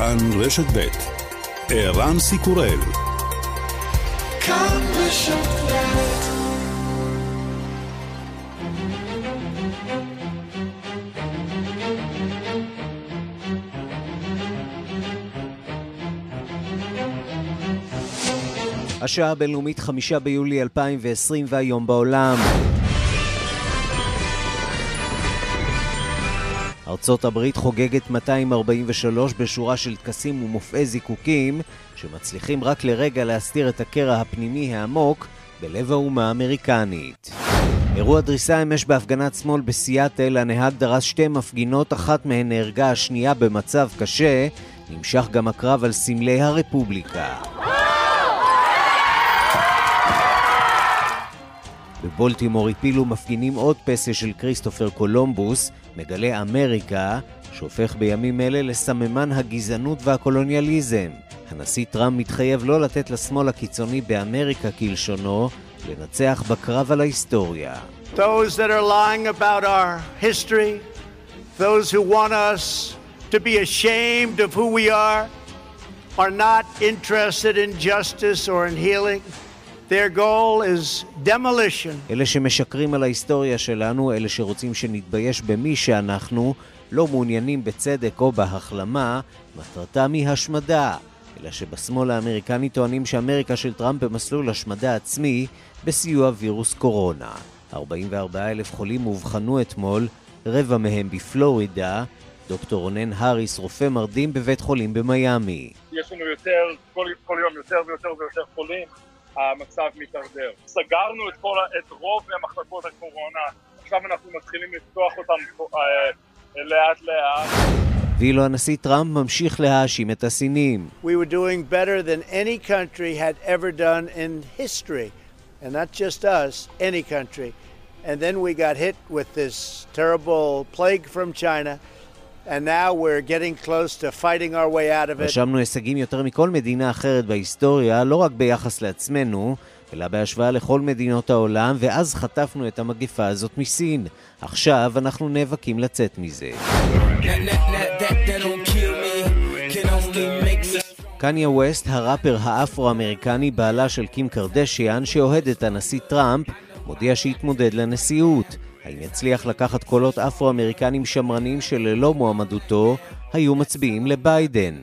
כאן רשת ב' ערן סיקורל. כאן רשת ב'. השעה הבינלאומית 5 ביולי 2020 והיום בעולם. ארצות הברית חוגגת 243 בשורה של טקסים ומופעי זיקוקים שמצליחים רק לרגע להסתיר את הקרע הפנימי העמוק בלב האומה האמריקנית. אירוע דריסה אמש בהפגנת שמאל בסיאטל, הנהג דרס שתי מפגינות, אחת מהן נהרגה, השנייה במצב קשה. נמשך גם הקרב על סמלי הרפובליקה. בבולטימור הפילו מפגינים עוד פסל של כריסטופר קולומבוס, מגלה אמריקה, שהופך בימים אלה לסממן הגזענות והקולוניאליזם. הנשיא טראמפ מתחייב לא לתת לשמאל הקיצוני באמריקה כלשונו לנצח בקרב על ההיסטוריה. Those that are lying about our history, those who want us to be ashamed of who we are not interested in justice or in healing. Their goal is demolition. אלה שמשקרים על ההיסטוריה שלנו, אלה שרוצים שנתבייש במי שאנחנו, לא מעוניינים בצדק או בהחלמה, מטרתם היא השמדה. אלא שבשמאל האמריקני טוענים שאמריקה של טראמפ במסלול השמדה עצמי בסיוע וירוס קורונה. 44,000 חולים אובחנו אתמול, רבע מהם בפלורידה. דוקטור רונן האריס, רופא מרדים בבית חולים במיימי. יש לנו כל יום יותר ויותר ויותר חולים. המצב מתדרדר. סגרנו את רוב מחלקות הקורונה, עכשיו אנחנו מתחילים לפתוח אותם לאט לאט. ואילו הנשיא טראמפ ממשיך להאשים את הסינים. We were doing better than any country had ever done in history. And not just us, any country. And then we got hit with this terrible plague from China. And now we're getting close to fighting our way out of it. רשמנו הישגים יותר מכל מדינה אחרת בהיסטוריה, לא רק ביחס לעצמנו, אלא בהשוואה לכל מדינות העולם, ואז חטפנו את המגפה הזאת מסין. עכשיו אנחנו נאבקים לצאת מזה. קניה ווסט, הראפר האפרו-אמריקני, בעלה של קים קרדשיאן, שאוהד את הנשיא טראמפ, מודיע שהתמודד לנשיאות. האם יצליח לקחת קולות אפרו-אמריקנים שמרנים שללא מועמדותו היו מצביעים לביידן?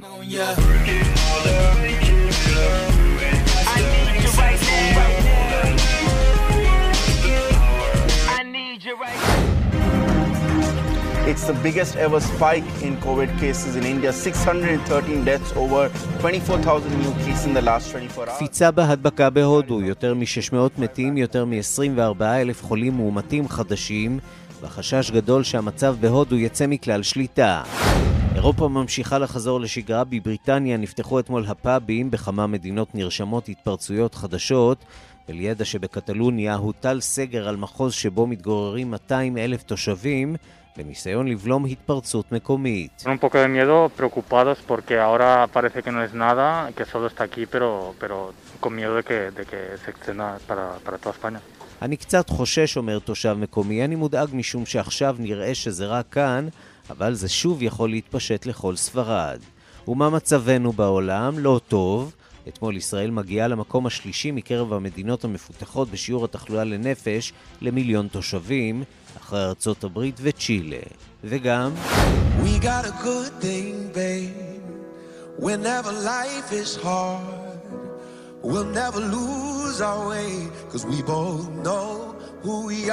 It's the biggest ever spike in COVID cases in India. 613 deaths, over 24,000 new cases in the last 24 hours. קפיצה בהדבקה בהודו, יותר מ-600 מתים, יותר מ-24,000 חולים מאומתים חדשים, והחשש גדול שהמצב בהודו יצא מכלל שליטה. אירופה ממשיכה לחזור לשגרה. בבריטניה נפתחו אתמול הפאבים, בכמה מדינות נרשמות התפרצויות חדשות, ולידע שבקטלוניה הוטל סגר על מחוז שבו מתגוררים 200,000 תושבים, בניסיון לבלום התפרצות מקומית. Un poco de miedo, preocupados porque ahora parece que no es nada, que solo está aquí, pero con miedo de que se extienda para toda España. אני קצת חושש, אומר תושב מקומי, אני מודאג משום שעכשיו נראה שזה רק כאן, אבל זה שוב יכול להתפשט לכל ספרד. ומה מצבנו בעולם? לא טוב. אתמול ישראל מגיעה למקום השלישי מקרב המדינות המפותחות בשיעור התחלואה לנפש למיליון תושבים, אחרי ארצות הברית וצ'ילה. וגם We got a good thing, babe. Whenever life is hard, we'll never lose our way, because we both know who we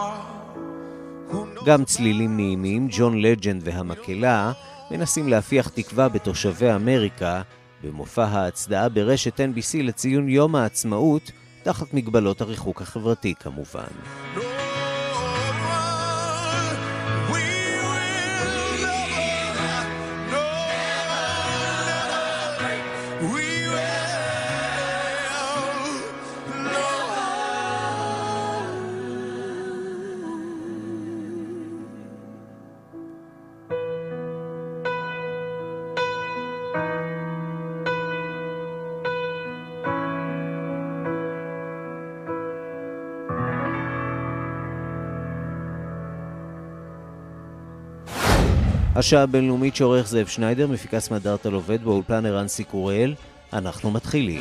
are. גם צלילים נעימים, ג'ון לג'נד והמקהלה מנסים להפיח תקווה בתושבי אמריקה במופע ההצדעה ברשת NBC לציון יום העצמאות, תחת מגבלות הריחוק החברתי כמובן. השעה הבינלאומית שעורך זאב שניידר, מפיקה סמדארטה לובד, באולפן ערן סיקורל. אנחנו מתחילים.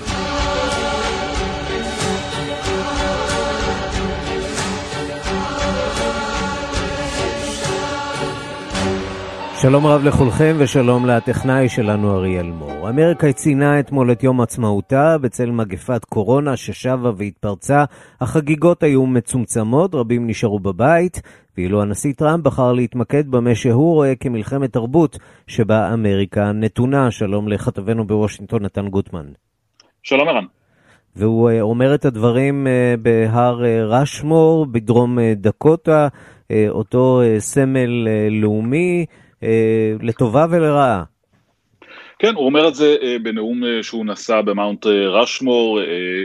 שלום רב לכולכם ושלום לטכנאי שלנו אריאל מור. אמריקה ציינה אתמול את יום עצמאותה בצל מגפת קורונה ששבה והתפרצה. החגיגות היו מצומצמות, רבים נשארו בבית, ואילו הנשיא טראמפ בחר להתמקד במה שהוא רואה כמלחמת תרבות שבה אמריקה נתונה. שלום לכתבנו בוושינגטון נתן גוטמן. שלום ערן. והוא אומר את הדברים בהר רשמור בדרום דקוטה, אותו סמל לאומי לטובה ולרעה. כן, הוא אומר את זה בנאום שהוא נשא במאונט רשמור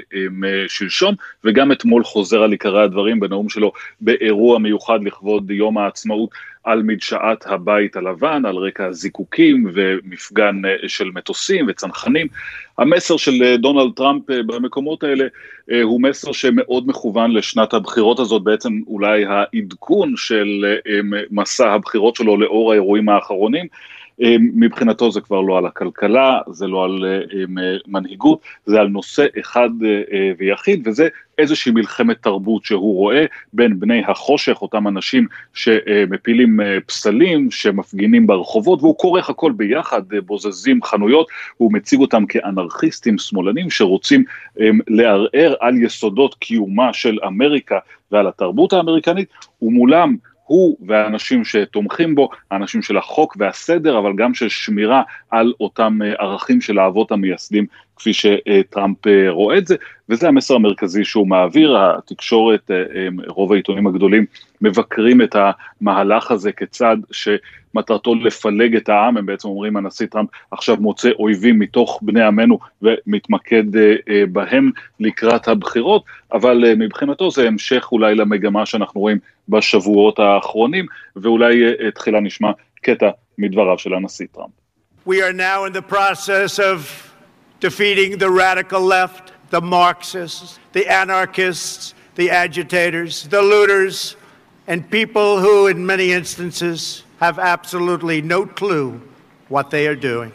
שלשום, וגם אתמול חוזר על עיקרי הדברים בנאום שלו באירוע מיוחד לכבוד יום העצמאות על מדשאת הבית הלבן, על רקע זיקוקים ומפגן של מטוסים וצנחנים. המסר של דונלד טראמפ במקומות האלה הוא מסר שמאוד מכוון לשנת הבחירות הזאת, בעצם אולי העדכון של מסע הבחירות שלו לאור האירועים האחרונים. מבחינתו זה כבר לא על הכלכלה, זה לא על מנהיגות, זה על נושא אחד ויחיד, וזה איזושהי מלחמת תרבות שהוא רואה בין בני החושך, אותם אנשים שמפילים פסלים, שמפגינים ברחובות, והוא כורך הכל ביחד, בוזזים חנויות, הוא מציג אותם כאנרכיסטים שמאלנים שרוצים לערער על יסודות קיומה של אמריקה ועל התרבות האמריקנית, ומולם הוא והאנשים שתומכים בו, האנשים של החוק והסדר, אבל גם של שמירה על אותם ערכים של האבות המייסדים, כפי שטראמפ רואה את זה, וזה המסר המרכזי שהוא מעביר. התקשורת, רוב העיתונים הגדולים, מבקרים את המהלך הזה כצד שמטרתו לפלג את העם. הם בעצם אומרים, הנשיא טראמפ עכשיו מוצא אויבים מתוך בני עמנו, ומתמקד בהם לקראת הבחירות, אבל מבחינתו זה המשך אולי למגמה שאנחנו רואים בשבועות האחרונים, ואולי תחילה נשמע קטע מדבריו של הנשיא טראמפ. We are now in the process of defeating the radical left, the Marxists, the anarchists, the agitators, the looters, and people who in many instances have absolutely no clue what they are doing.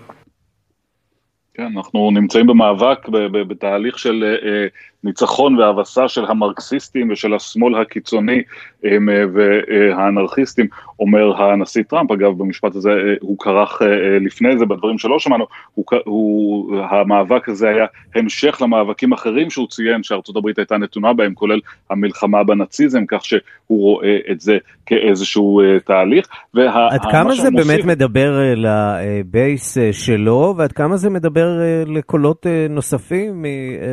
כן, אנחנו נמצאים במאבק, בתהליך של ניצחון והבסה של המרקסיסטים ושל השמאל הקיצוני והאנרכיסטים, אומר הנשיא טראמפ. אגב, במשפט הזה הוא קרח לפני זה, בדברים שלא שמענו, המאבק הזה היה המשך למאבקים אחרים שהוא ציין שארצות הברית הייתה נתונה בהם, כולל המלחמה בנאציזם, כך שהוא רואה את זה כאיזשהו תהליך. עד כמה זה באמת מדבר לבייס שלו, ועד כמה זה מדבר לקולות נוספים,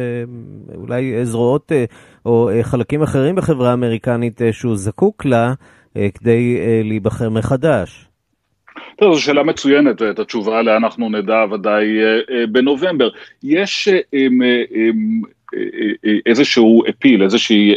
אולי זרועות או חלקים אחרים בחברה האמריקנית שהוא זקוק לה כדי להיבחר מחדש? זו שאלה מצוינת, ואת התשובה עליה אנחנו נדע ודאי בנובמבר. יש איזשהו אפיל, איזושהי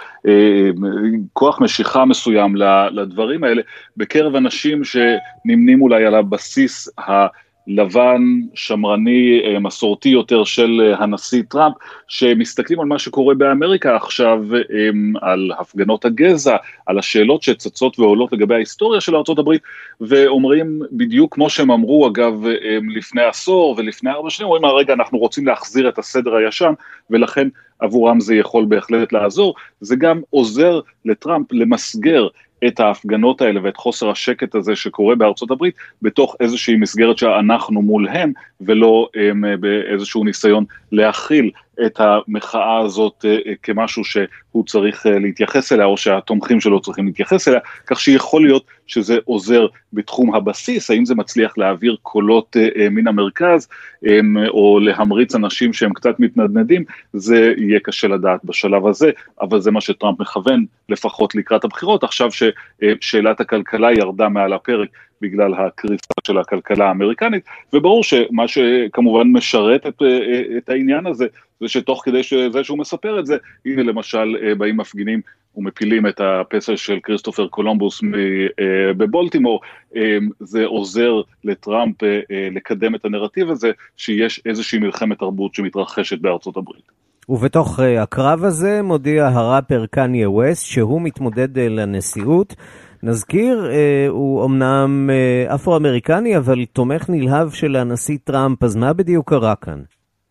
כוח משיכה מסוים לדברים האלה, בקרב אנשים שנמנים אולי על הבסיס לבן, שמרני, מסורתי יותר של הנשיא טראמפ, שמסתכלים על מה שקורה באמריקה עכשיו, על הפגנות הגזע, על השאלות שצצות ועולות לגבי ההיסטוריה של ארצות הברית, ואומרים בדיוק כמו שהם אמרו, אגב, לפני עשור ולפני 4 שנים, אומרים, הרגע אנחנו רוצים להחזיר את הסדר הישן, ולכן עבורם זה יכול בהחלט לעזור. זה גם עוזר לטראמפ למסגר את ההפגנות האלה ואת חוסר השקט הזה שקורה בארצות הברית, בתוך איזושהי מסגרת שאנחנו מולהם, ולא באיזשהו ניסיון להכיל את המחאה הזאת כמשהו שהוא צריך להתייחס אליה, או שהתומכים שלו צריכים להתייחס אליה, כך שיכול להיות שזה עוזר בתחום הבסיס. האם זה מצליח להעביר קולות מן המרכז, או להמריץ אנשים שהם קצת מתנדנדים, זה יהיה קשה לדעת בשלב הזה, אבל זה מה שטראמפ מכוון, לפחות לקראת הבחירות, עכשיו ששאלת הכלכלה ירדה מעל הפרק, בגלל הקריסה של הכלכלה האמריקנית, וברור שמה שכמובן משרת את העניין הזה, זה שתוך כדי שזה שהוא מספר את זה, הנה למשל באים מפגינים ומפילים את הפסל של כריסטופר קולומבוס בבולטימור, זה עוזר לטראמפ לקדם את הנרטיב הזה, שיש איזושהי מלחמת תרבות שמתרחשת בארצות הברית. ובתוך הקרב הזה מודיע הראפר קניה ווסט שהוא מתמודד לנשיאות, נזכיר, הוא אמנם אפרו-אמריקני, אבל תומך נלהב של הנשיא טראמפ, אז מה בדיוק קרה כאן?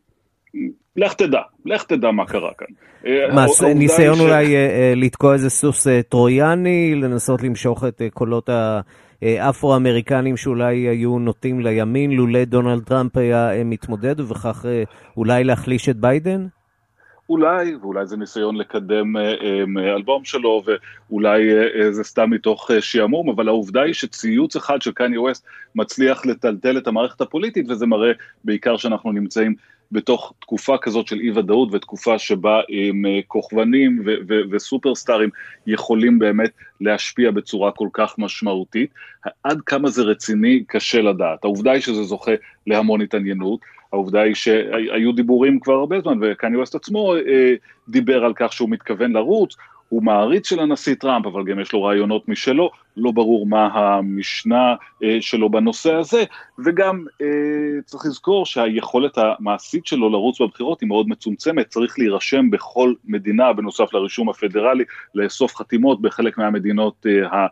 לך תדע מה קרה כאן. ניסיון אולי לתקוע איזה סוס טרויאני, לנסות למשוך את קולות האפרו-אמריקנים שאולי היו נוטים לימין, לולא דונלד טראמפ היה מתמודד, ובכך אולי להחליש את ביידן? ואולי זה ניסיון לקדם אלבום שלו, ואולי זה סתם מתוך שיעמום, אבל העובדה היא שציוץ אחד של קניה ווסט מצליח לטלטל את המערכת הפוליטית, וזה מראה בעיקר שאנחנו נמצאים בתוך תקופה כזאת של אי-ודאות, ותקופה שבה כוכבנים וסופרסטארים יכולים באמת להשפיע בצורה כל כך משמעותית. עד כמה זה רציני קשה לדעת. העובדה היא שזה זוכה להמון התעניינות, העובדה היא שהיו דיבורים כבר הרבה זמן, וקניה ווסט עצמו דיבר על כך שהוא מתכוון לרוץ, הוא מעריץ של הנשיא טראמפ, אבל גם יש לו רעיונות משלו, לא ברור מה המשנה שלו בנושא הזה, וגם צריך לזכור שהיכולת המעשית שלו לרוץ בבחירות היא מאוד מצומצמת, צריך להירשם בכל מדינה, בנוסף לרישום הפדרלי, לאסוף חתימות, בחלק מהמדינות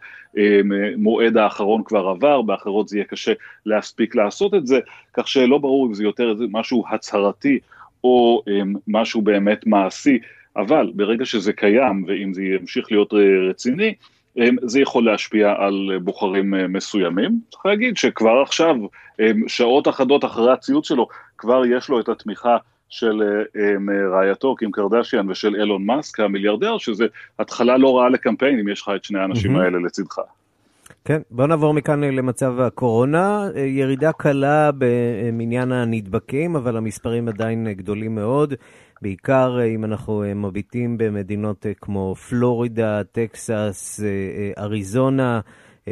המועד האחרון כבר עבר, באחרות זה יהיה קשה להספיק לעשות את זה, כך שלא ברור אם זה יותר משהו הצהרתי, או משהו באמת מעשי, אבל ברגע שזה קיים, ואם זה ימשיך להיות רציני, זה יכול להשפיע על בוחרים מסוימים. צריך להגיד שכבר עכשיו, שעות אחדות אחרי הציוץ שלו, כבר יש לו את התמיכה של רעייתו, קים קרדשיאן, ושל אילון מאסק, המיליארדר, שזה התחלה לא רעה לקמפיין, אם יש לך את שני האנשים האלה לצדך. כן, בוא נעבור מכאן למצב הקורונה, ירידה קלה במניין הנדבקים, אבל המספרים עדיין גדולים מאוד, בעיקר אם אנחנו מביטים במדינות כמו פלורידה, טקסס, אריזונה,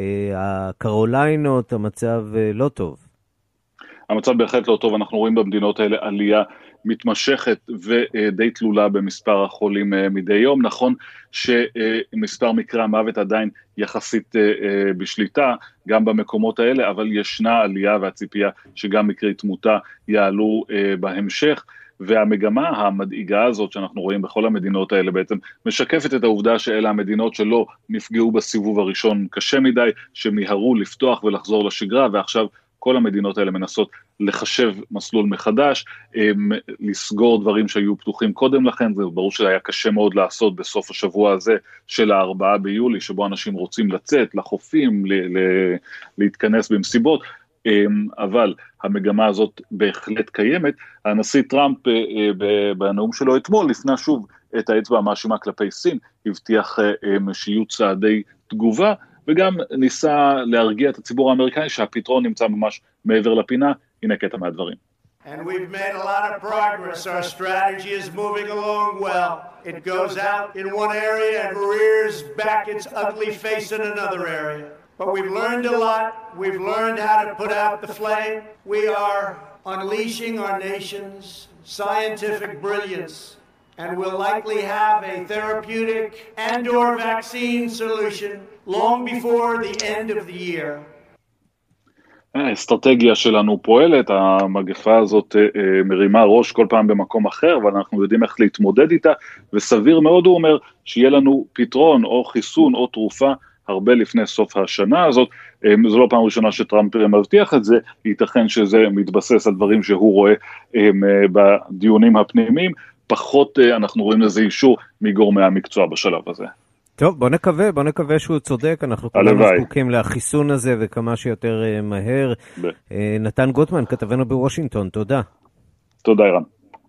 הקרוליינות, המצב לא טוב. המצב בהחלט לא טוב, אנחנו רואים במדינות האלה עלייה מתמשכת ודי תלולה במספר החולים מדי יום. נכון שמספר מקרי המוות עדיין יחסית בשליטה גם במקומות האלה, אבל ישנה עלייה והציפייה שגם מקרי תמותה יעלו בהמשך, והמגמה המדאיגה הזאת שאנחנו רואים בכל המדינות האלה בעצם משקפת את העובדה שאלה המדינות שלא נפגעו בסיבוב הראשון קשה מדי, שמיהרו לפתוח ולחזור לשגרה, ועכשיו כל המדינות האלה מנסות לחשב מסלול מחדש, לסגור דברים שהיו פתוחים קודם לכן. זה ברור שהיה קשה מאוד לעשות בסוף השבוע הזה של 4 ביולי, שבו אנשים רוצים לצאת לחופים, להתכנס במסיבות, אבל המגמה הזאת בהחלט קיימת. הנשיא טראמפ בנאום שלו אתמול לפנה שוב את האצבע המאשימה כלפי סין, הבטיח שיהיו צעדי תגובה, וגם ניסה להרגיע את הציבור האמריקאי שהפתרון נמצא ממש מעבר לפינה. הנה קטע מהדברים. And we've made a lot of progress. Our strategy is moving along well. It goes out in one area and rears back its ugly face in another area. But we've learned a lot. We've learned how to put out the flame. We are unleashing our nation's scientific brilliance. And we'll likely have a therapeutic and/or vaccine solution long before the end of the year. האסטרטגיה שלנו פועלת, המגפה הזאת מרימה ראש כל פעם במקום אחר, אבל אנחנו יודעים איך להתמודד איתה, וסביר מאוד, הוא אומר, שיהיה לנו פתרון או חיסון או תרופה הרבה לפני סוף השנה הזאת. זו לא פעם ראשונה שטראמפ מבטיח את זה, ייתכן שזה מתבסס על דברים שהוא רואה בדיונים הפנימיים, פחות אנחנו רואים לזה אישור מגורמי המקצוע בשלב הזה. טוב, בוא נקווה שהוא צודק, אנחנו כולנו זקוקים לחיסון הזה וכמה שיותר מהר. נתן גוטמן, כתבנו בוושינגטון, תודה. תודה, אירן.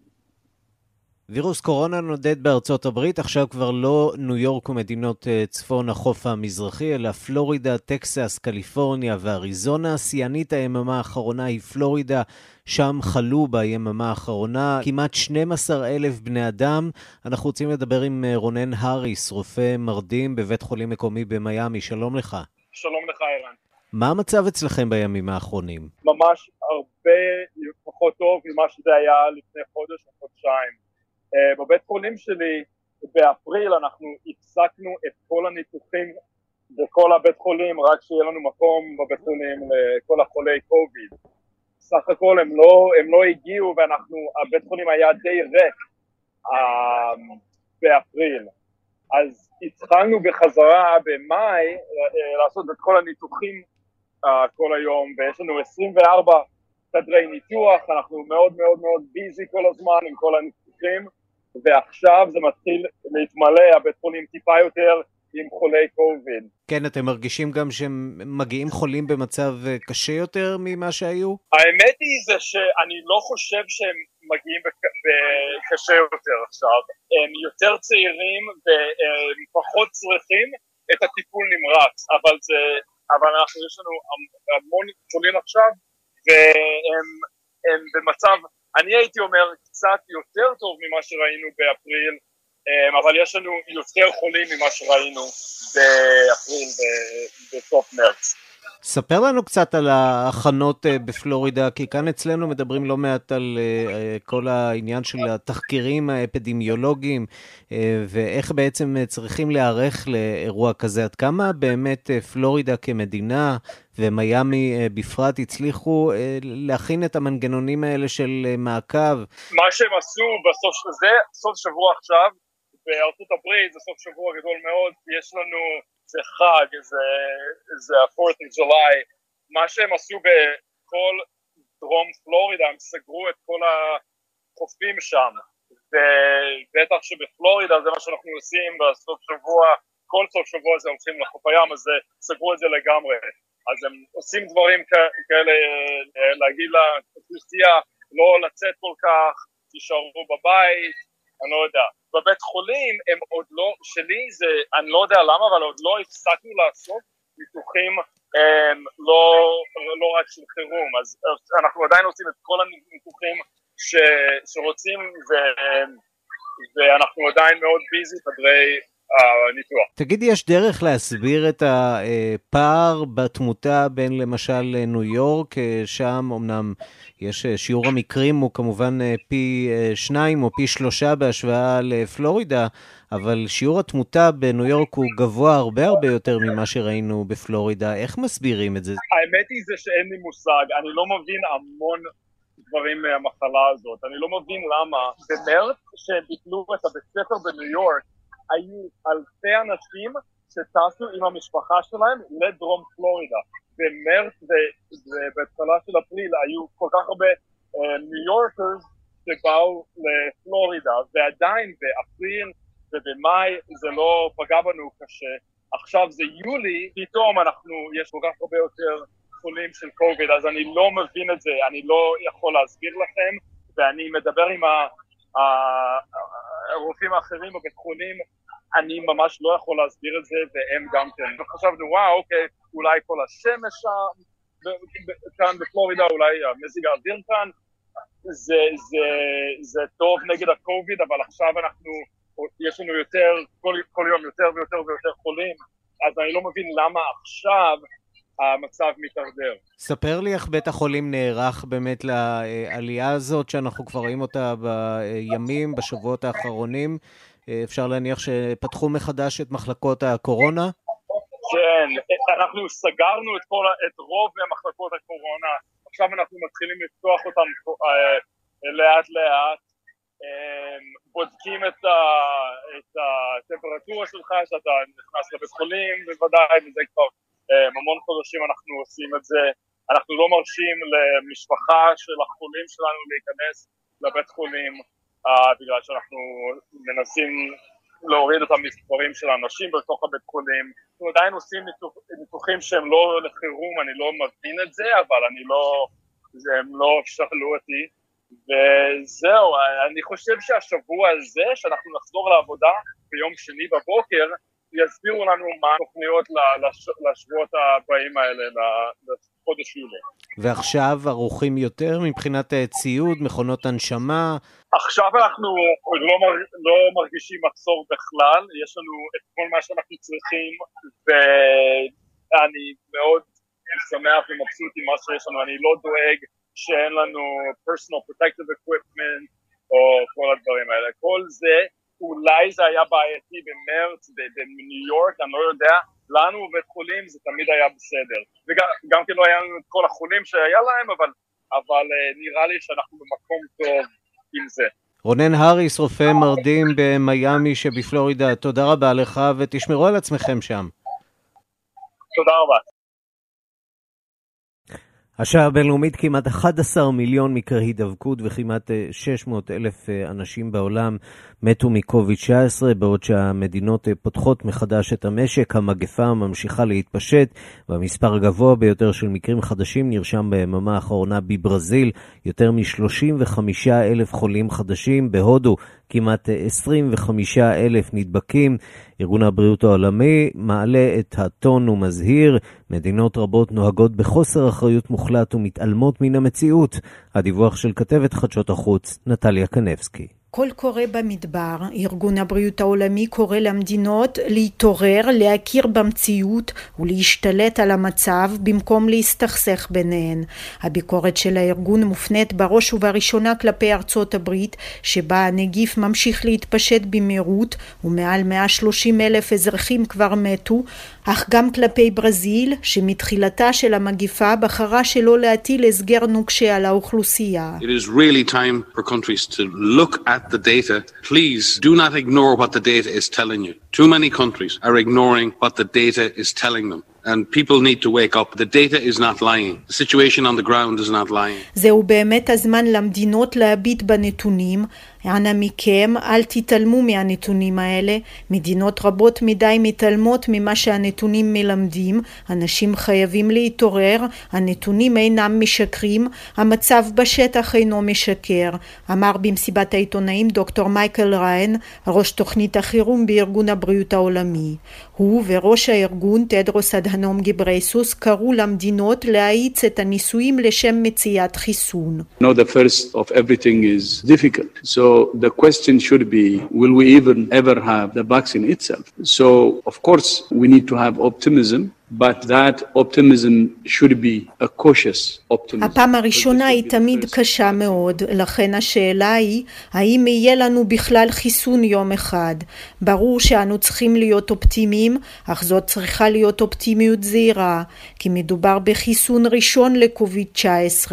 וירוס קורונה נודד בארצות הברית, עכשיו כבר לא ניו יורק ומדינות צפון החוף המזרחי, אלא פלורידה, טקסס, קליפורניה ואריזונה. שיאנית היממה האחרונה היא פלורידה, שם חלו ביממה האחרונה כמעט 12,000 בני אדם. אנחנו רוצים לדבר עם רונן הריס, רופא מרדים בבית חולים מקומי במיימי. שלום לך. שלום לך, אירן. מה המצב אצלכם בימים האחרונים? ממש הרבה פחות טוב ממה שזה היה לפני חודש או חודשיים. בבית חולים שלי באפריל אנחנו הפסקנו את כל הניתוחים בכל הבית חולים, רק שיהיה לנו מקום בבית חולים לכל החולי קוביד. סך הכל הם לא הגיעו, והבית חולים היה די ריק באפריל. אז התחלנו בחזרה במאי לעשות את כל הניתוחים כל היום, ויש לנו 24 חדרי ניתוח, אנחנו מאוד מאוד מאוד ביזי כל הזמן עם כל הניתוחים, ועכשיו זה מתחיל להתמלא, הבית חולים טיפה יותר עם חולי קוביד. כן, אתם מרגישים גם שהם מגיעים חולים במצב קשה יותר ממה שהיו? האמת היא זה שאני לא חושב שהם מגיעים קשה יותר עכשיו, הם יותר צעירים והם פחות צריכים את הטיפול נמרץ, אבל יש לנו המון חולים עכשיו, והם במצב, אני הייתי אומר קצת יותר טוב ממה שראינו באפריל, אבל יש לנו יותר חולים ממה שראינו באפריל ובסוף מרץ. ספר לנו קצת על ההכנות בפלורידה, כי כאן אצלנו מדברים לא מעט על כל העניין של התחקירים האפידמיולוגיים, ואיך בעצם צריכים להיערך לאירוע כזה. עד כמה באמת פלורידה כמדינה ומיימי בפרט הצליחו להכין את המנגנונים האלה של מעקב? מה שהם עשו סוף שבוע עכשיו, בארצות הברית זה סוף שבוע גדול מאוד, יש לנו זה חג, זה ה-4th of July, מה שהם עשו בכל דרום פלורידה, הם סגרו את כל החופים שם, ובטח שבפלורידה זה מה שאנחנו עושים בסוף שבוע, כל סוף שבוע זה הולכים לחוף הים, אז סגרו את זה לגמרי, אז הם עושים דברים כאלה, להגיד לאוכלוסייה לא לצאת כל כך, תישארו בבית, אני לא יודע. בבית חולים הם עוד לא, שלי זה, אני לא יודע למה, אבל עוד לא הפסקנו לעשות ניתוחים לא רק של חירום, אז אנחנו עדיין עושים את כל הניתוחים שרוצים, ואנחנו עדיין מאוד ביזי חדרי הניתוח. תגידי, יש דרך להסביר את הפער בתמותה בין למשל ניו יורק, שם אמנם יש שיעור המקרים הוא כמובן פי 2 או פי 3 בהשוואה לפלורידה, אבל שיעור התמותה בניו יורק הוא גבוה הרבה יותר ממה שראינו בפלורידה. איך מסבירים את זה? האמת היא זה שאין לי מושג, אני לא מבין המון דברים מהמחלה הזאת, אני לא מבין למה. במרץ שביטלו את הבית ספר בניו יורק, היו אלפי אנשים שטסו עם המשפחה שלהם לדרום פלורידה. במרץ ובהתחלה של אפריל היו כל כך הרבה ניו יורקרס שבאו לפלורידה, ועדיין באפריל ובמאי זה לא פגע בנו קשה. עכשיו זה יולי, פתאום יש כל כך הרבה יותר חולים של קוביד, אז אני לא מבין את זה, אני לא יכול להסביר לכם, ואני מדבר עם הרופאים האחרים בבית חולים, אני ממש לא יכול להסביר את זה, והם גם כן. וחשבנו, וואו, אוקיי, אולי כל השמש כאן בפלורידה, אולי מזג האוויר כאן, זה טוב נגד הקוביד, אבל עכשיו יש לנו יותר, כל יום יותר ויותר ויותר חולים, אז אני לא מבין למה עכשיו המצב מתדרדר. ספר לי איך בית החולים נערך באמת לעלייה הזאת, שאנחנו כבר רואים אותה בימים, בשבועות האחרונים. אפשר להניח שפתחו מחדש את מחלקות הקורונה? כן, אנחנו סגרנו את רוב מחלקות הקורונה, עכשיו אנחנו מתחילים לפתוח אותם לאט לאט, בודקים את הטמפרטורה שלך שאתה נכנס לבית חולים, בוודאי, וזה כבר המון חודשים אנחנו עושים את זה, אנחנו לא מרשים למשפחה של החולים שלנו להיכנס לבית חולים, בגלל שאנחנו מנסים להוריד את המספרים של האנשים בתוך הבית חולים. אנחנו עדיין עושים ניתוחים שהם לא לחירום, אני לא מבין את זה, אבל הם לא שאלו אותי, וזהו, אני חושב שהשבוע הזה, שאנחנו נחזור לעבודה ביום שני בבוקר, יסבירו לנו מה התוכניות לשבועות הבאים האלה, לחודש יולי. ועכשיו ערוכים יותר מבחינת ציוד, מכונות הנשמה? עכשיו אנחנו לא מרגישים מחסור בכלל, יש לנו את כל מה שאנחנו צריכים, ואני מאוד שמח ומבסוט עם מה שיש לנו, אני לא דואג שאין לנו personal protective equipment, או כל הדברים האלה, כל זה, אולי זה היה בעייתי במרץ, בניו יורק, אני לא יודע, לנו בבית חולים זה תמיד היה בסדר, וגם כן לא היה לנו את כל החולים שהיה להם, אבל נראה לי שאנחנו במקום טוב עם זה. רונן הריס, רופא מרדים במיימי שבפלורידה, תודה רבה לך ותשמרו על עצמכם שם. תודה רבה. השעה הבינלאומית, כמעט 11 מיליון מקרי הידבקות וכמעט 600,000 אנשים בעולם מתו מקוביד-19, בעוד שהמדינות פותחות מחדש את המשק, המגפה ממשיכה להתפשט, והמספר הגבוה ביותר של מקרים חדשים נרשם ביממה האחרונה בברזיל, יותר מ-35,000 חולים חדשים, בהודו כמעט 25,000 נדבקים. ארגון הבריאות העולמי מעלה את הטון ומזהיר, מדינות רבות נוהגות בחוסר אחריות מוחלט ומתעלמות מן המציאות. הדיווח של כתבת חדשות החוץ, נטליה קנבסקי. כל קורא במדבר, ארגון הבריאות העולמי קורא למדינות להתעורר, להכיר במציאות ולהשתלט על המצב במקום להסתכסך ביניהן. הביקורת של הארגון מופנית בראש ובראשונה כלפי ארצות הברית, שבה הנגיף ממשיך להתפשט במהירות ומעל 130,000 אזרחים כבר מתו, אך גם כלפי ברזיל, שמתחילתה של המגיפה בחרה שלא להטיל הסגר נוקשה על האוכלוסייה. It is really time for countries to look at the data. Please do not ignore what the data is telling you. Too many countries are ignoring what the data is telling them. And people need to wake up. The data is not lying. The situation on the ground is not lying. זהו באמת הזמן למדינות להביט בנתונים. אנא מכם, אל תתעלמו מהנתונים האלה. מדינות רבות מדי מתעלמות ממה שהנתונים מלמדים. אנשים חייבים להתעורר. הנתונים אינם משקרים. המצב בשטח אינו משקר. אמר במסיבת העיתונאים דוקטור מייקל ריין, ראש תוכנית החירום בארגון הבריאות העולמי. הוא וראש הארגון תדרוס אדהנום גיברייסוס קראו למדינות להאיץ את הניסויים לשם מציאת חיסון. No, the first of everything is difficult. So the question should be, will we even ever have the vaccine itself? So of course we need to have optimism. But that optimism should be a cautious optimism. הפעם הראשונה היא תמיד קשה מאוד, לכן השאלה היא, האם יהיה לנו בכלל חיסון יום אחד? ברור שאנו צריכים להיות אופטימיים, אך זאת צריכה להיות אופטימיות זהירה, כי מדובר בחיסון ראשון לקוביד-19.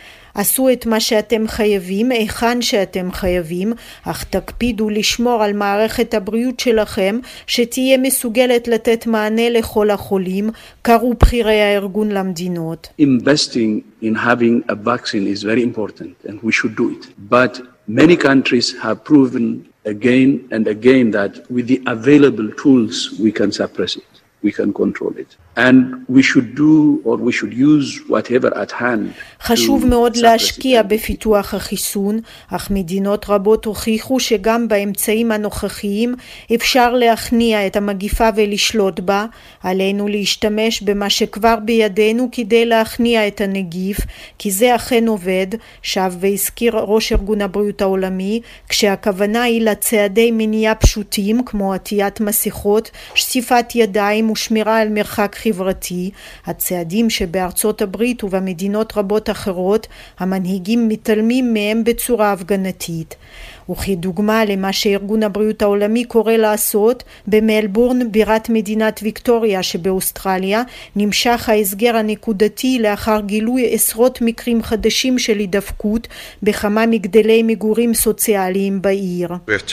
עשו את מה שאתם חייבים, היכן שאתם חייבים, אך תקפידו לשמור על מערכת הבריאות שלכם, שתהיה מסוגלת לתת מענה לכל החולים, קראו בכירי הארגון למדינות. Investing in having a vaccine is very important and we should do it. But many countries have proven again and again that with the available tools we can suppress it. We can control it. And we should do or we should use whatever at hand. חשוב מאוד להשקיע בפיתוח החיסון, אך מדינות רבות הוכיחו שגם באמצעים הנוכחיים אפשר להכניע את המגיפה ולשלוט בה. עלינו להשתמש במה שכבר בידינו כדי להכניע את הנגיף, כי זה אכן עובד, שב והזכיר ראש ארגון הבריאות העולמי, כשהכוונה היא לצעדי מניעה פשוטים כמו עטיית מסכות, שטיפת ידיים ושמירה על מרחק חברתי, הצעדים שבארצות הברית ובמדינות רבות אחרות המנהיגים מתעלמים מהם בצורה הפגנתית. וכדוגמה למה שארגון הבריאות העולמי קורא לעשות, במלבורן, בירת מדינת ויקטוריה שבאוסטרליה, נמשך ההסגר הנקודתי לאחר גילוי עשרות מקרים חדשים של הידבקות בכמה מגדלי מגורים סוציאליים בעיר. We have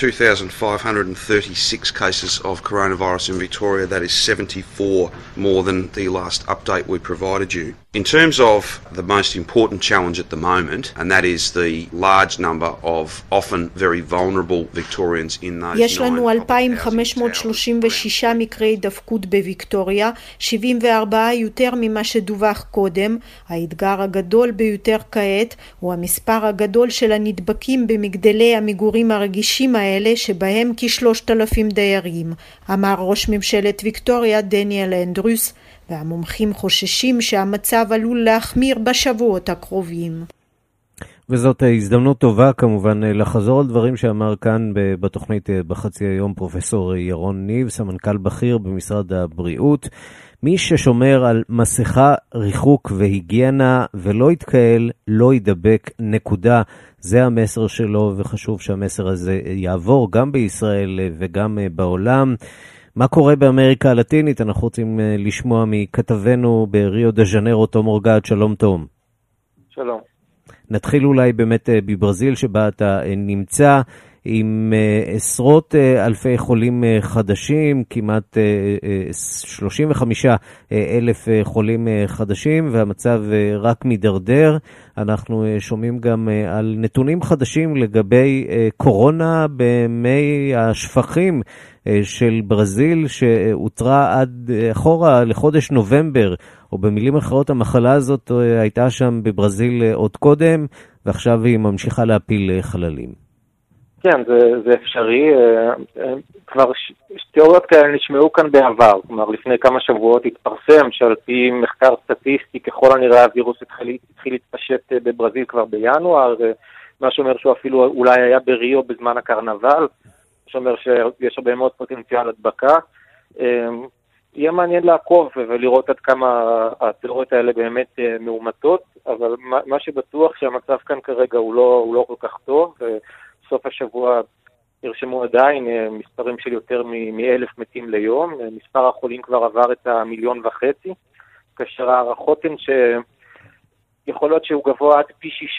2,536 cases of coronavirus in Victoria. That is 74 more than the last update we provided you. In terms of the most important challenge at the moment, and that is the large number of often very vulnerable Victorians in those. יש לנו 2,536 מקרי הידבקות בוויקטוריה, 74 יותר ממה שדווח קודם. האתגר הגדול ביותר כעת הוא המספר הגדול של הנדבקים במגדלי המגורים הרגישים האלה, שבהם כ3,000 דיירים, אמר ראש ממשלת ויקטוריה דניאל אנדרוס, והמומחים חוששים שהמצב עלול להחמיר בשבועות הקרובים. וזאת הזדמנות טובה כמובן לחזור על דברים שאמר כאן בתוכנית בחצי היום פרופסור ירון ניב, סמנכ"ל בכיר במשרד הבריאות. מי ששומר על מסכה, ריחוק והיגיינה ולא יתקהל, לא ידבק, נקודה. זה המסר שלו, וחשוב שהמסר הזה יעבור גם בישראל וגם בעולם. מה קורה באמריקה הלטינית? אנחנו רוצים לשמוע מכתבנו בריו דה ז'נרו, תום אורגד. שלום תום. שלום. נתחיל אולי באמת בברזיל שבה אתה נמצא, עם עשרות אלפי חולים חדשים, כמעט 35,000 חולים חדשים, והמצב רק מדרדר. אנחנו שומעים גם על נתונים חדשים לגבי קורונה במי השפכים של ברזיל, שהותרה עד אחורה לחודש נובמבר, או במילים אחרות המחלה הזאת הייתה שם בברזיל עוד קודם, ועכשיו היא ממשיכה להפיל חללים. כן, זה אפשרי. כבר תיאוריות כאלה נשמעו כאן בעבר. כלומר, לפני כמה שבועות התפרסם שעל פי מחקר סטטיסטי, ככל הנראה הווירוס התחיל להתפשט בברזיל כבר בינואר, מה שאומר שהוא אפילו אולי היה בריו בזמן הקרנבל, שאומר שיש הרבה מאוד פוטנציאל הדבקה. יהיה מעניין לעקוב ולראות עד כמה התיאוריות האלה באמת מאומתות, אבל מה שבטוח שהמצב כאן כרגע הוא לא כל כך טוב, בסוף השבוע הרשמו עדיין מספרים של יותר מ1,000 מתים ליום, מספר החולים כבר עבר את 1.5 מיליון, כאשר הערכות הן שיכול להיות שהוא גבוה עד פי 6